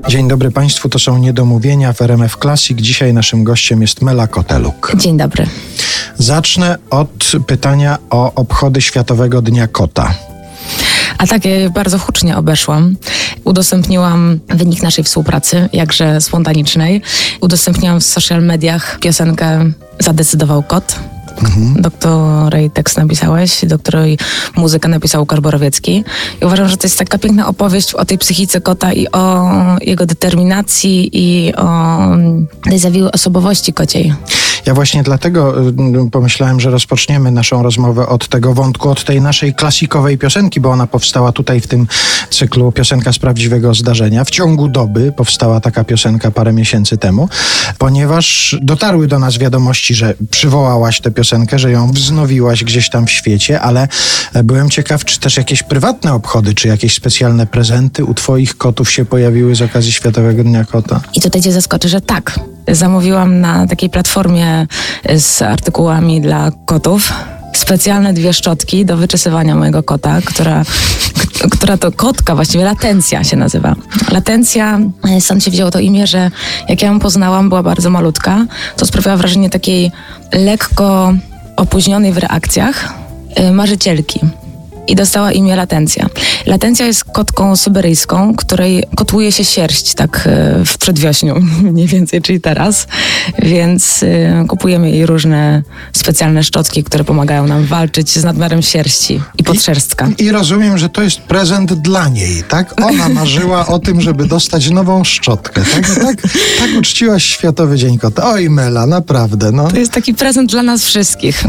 Dzień dobry Państwu, to są Niedomówienia w RMF Classic. Dzisiaj naszym gościem jest Mela Koteluk. Dzień dobry. Zacznę od pytania o obchody Światowego Dnia Kota. A tak, ja je bardzo hucznie obeszłam. Udostępniłam wynik naszej współpracy, jakże spontanicznej. Udostępniłam w social mediach piosenkę Zadecydował kot, do której tekst napisałeś, do której muzykę napisał Łukasz Borowiecki. I uważam, że to jest taka piękna opowieść o tej psychice kota i o jego determinacji i o tej zawiłej osobowości kociej. Ja właśnie dlatego pomyślałem, że rozpoczniemy naszą rozmowę od tego wątku, od tej naszej klasikowej piosenki, bo ona powstała tutaj w tym cyklu Piosenka z prawdziwego zdarzenia. W ciągu doby powstała taka piosenka parę miesięcy temu, ponieważ dotarły do nas wiadomości, że przywołałaś tę piosenkę, że ją wznowiłaś gdzieś tam w świecie, ale byłem ciekaw, czy też jakieś prywatne obchody, czy jakieś specjalne prezenty u twoich kotów się pojawiły z okazji Światowego Dnia Kota? I tutaj cię zaskoczy, że tak. Zamówiłam na takiej platformie z artykułami dla kotów specjalne 2 szczotki do wyczesywania mojego kota, która to kotka, właściwie Latencja się nazywa. Latencja, stąd się wzięło to imię, że jak ja ją poznałam, była bardzo malutka, to sprawiała wrażenie takiej lekko opóźnionej w reakcjach marzycielki. I dostała imię Latencja. Latencja jest kotką syberyjską, której kotłuje się sierść tak w przedwiośniu, mniej więcej, czyli teraz. Więc kupujemy jej różne specjalne szczotki, które pomagają nam walczyć z nadmiarem sierści i podszerstka. I rozumiem, że to jest prezent dla niej, tak? Ona marzyła o tym, żeby dostać nową szczotkę, tak uczciłaś Światowy Dzień Kota. Oj, Mela, naprawdę, no. To jest taki prezent dla nas wszystkich.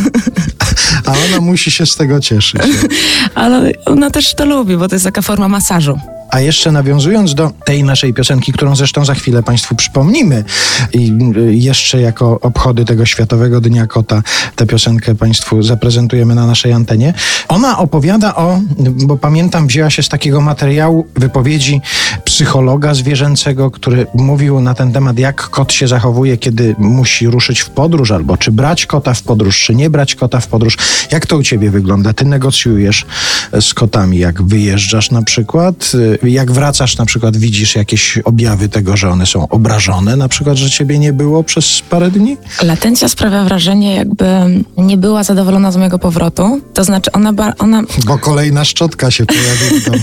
A ona musi się z tego cieszyć. Ale ona też to lubi, bo to jest taka forma masażu. A jeszcze nawiązując do tej naszej piosenki, którą zresztą za chwilę Państwu przypomnimy i jeszcze jako obchody tego Światowego Dnia Kota tę piosenkę Państwu zaprezentujemy na naszej antenie. Ona opowiada bo pamiętam, wzięła się z takiego materiału wypowiedzi psychologa zwierzęcego, który mówił na ten temat, jak kot się zachowuje, kiedy musi ruszyć w podróż, albo czy brać kota w podróż, czy nie brać kota w podróż. Jak to u ciebie wygląda? Ty negocjujesz z kotami, jak wyjeżdżasz na przykład, jak wracasz na przykład, widzisz jakieś objawy tego, że one są obrażone, na przykład, że ciebie nie było przez parę dni? Latencja sprawia wrażenie, jakby nie była zadowolona z mojego powrotu. To znaczy ona... Bo kolejna szczotka się pojawiła.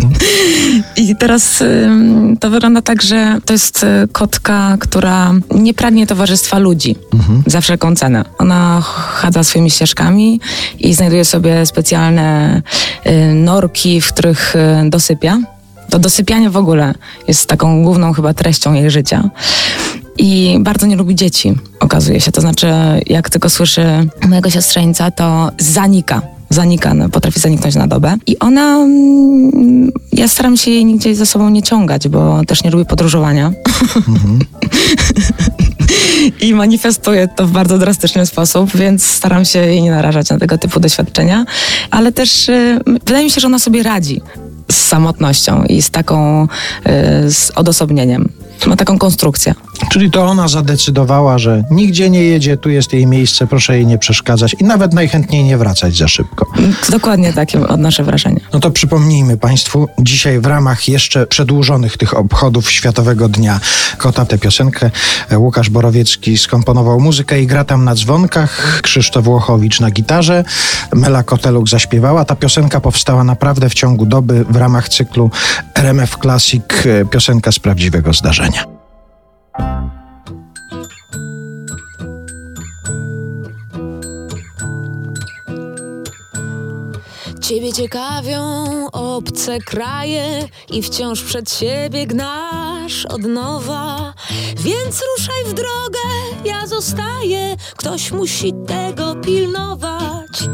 I teraz to wygląda tak, że to jest kotka, która nie pragnie towarzystwa ludzi za wszelką cenę. Ona chadza swoimi ścieżkami i znajduje sobie specjalne norki, w których dosypia. To dosypianie w ogóle jest taką główną chyba treścią jej życia. I bardzo nie lubi dzieci, okazuje się. To znaczy, jak tylko słyszy mojego siostrzeńca, to zanika, potrafi zaniknąć na dobę. I ona, ja staram się jej nigdzie ze sobą nie ciągać, bo też nie lubi podróżowania. I manifestuje to w bardzo drastyczny sposób, więc staram się jej nie narażać na tego typu doświadczenia. Ale też wydaje mi się, że ona sobie radzi z samotnością i z taką z odosobnieniem. Ma taką konstrukcję. Czyli to ona zadecydowała, że nigdzie nie jedzie, tu jest jej miejsce, proszę jej nie przeszkadzać i nawet najchętniej nie wracać za szybko. Dokładnie takie odnoszę wrażenie. No to przypomnijmy Państwu, dzisiaj w ramach jeszcze przedłużonych tych obchodów Światowego Dnia Kota tę piosenkę Łukasz Borowiecki skomponował muzykę i gra tam na dzwonkach, Krzysztof Łochowicz na gitarze, Mela Koteluk zaśpiewała. Ta piosenka powstała naprawdę w ciągu doby w ramach cyklu RMF Classic Piosenka z prawdziwego zdarzenia. Ciebie ciekawią obce kraje i wciąż przed siebie gnasz od nowa. Więc ruszaj w drogę, ja zostaję, ktoś musi tego pilnować.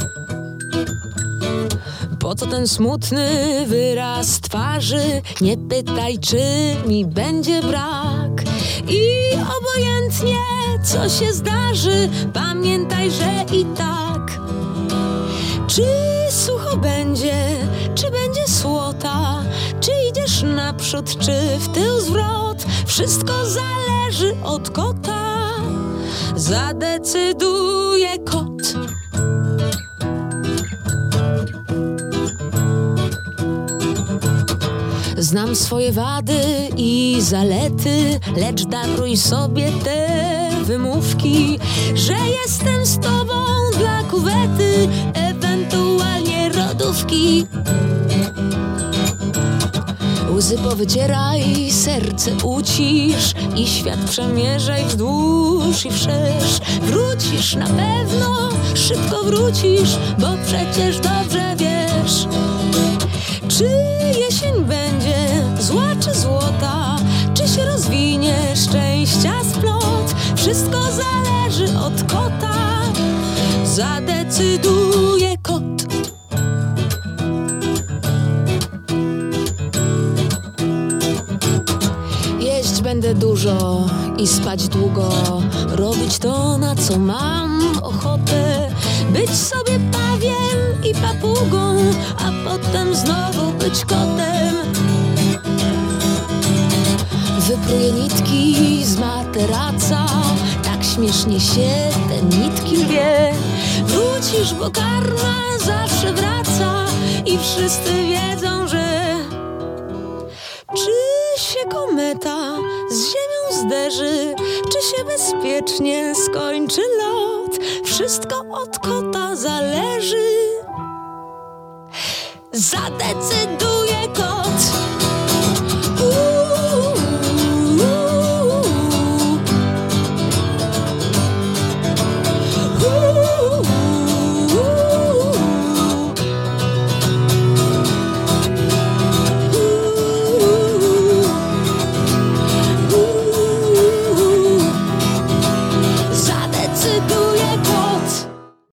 Po co ten smutny wyraz twarzy? Nie pytaj, czy mi będzie brak. I obojętnie, co się zdarzy, pamiętaj, że i tak. Czy sucho będzie, czy będzie słota, czy idziesz naprzód, czy w tył zwrot? Wszystko zależy od kota, zadecyduje kot. Znam swoje wady i zalety, lecz daruj sobie te wymówki, że jestem z tobą dla kuwety, ewentualnie rodówki. Łzy powycieraj, serce ucisz i świat przemierzaj wzdłuż i wszerz. Wrócisz na pewno, szybko wrócisz, bo przecież dobrze wiesz. Czy jesień będzie zła czy złota? Czy się rozwinie szczęścia splot? Wszystko zależy od kota, zadecyduje kot. Jeść będę dużo i spać długo, robić to, na co mam ochotę, być sobie pawiem i papugą, a potem znowu być kotem. Wypruję nitki z materaca, tak śmiesznie się te nitki lwie. Wrócisz, bo karma zawsze wraca i wszyscy wiedzą, że czy się kometa z ziemią zderzy, czy się bezpiecznie skończy lot, wszystko od kota zależy. Zadecyduje kot.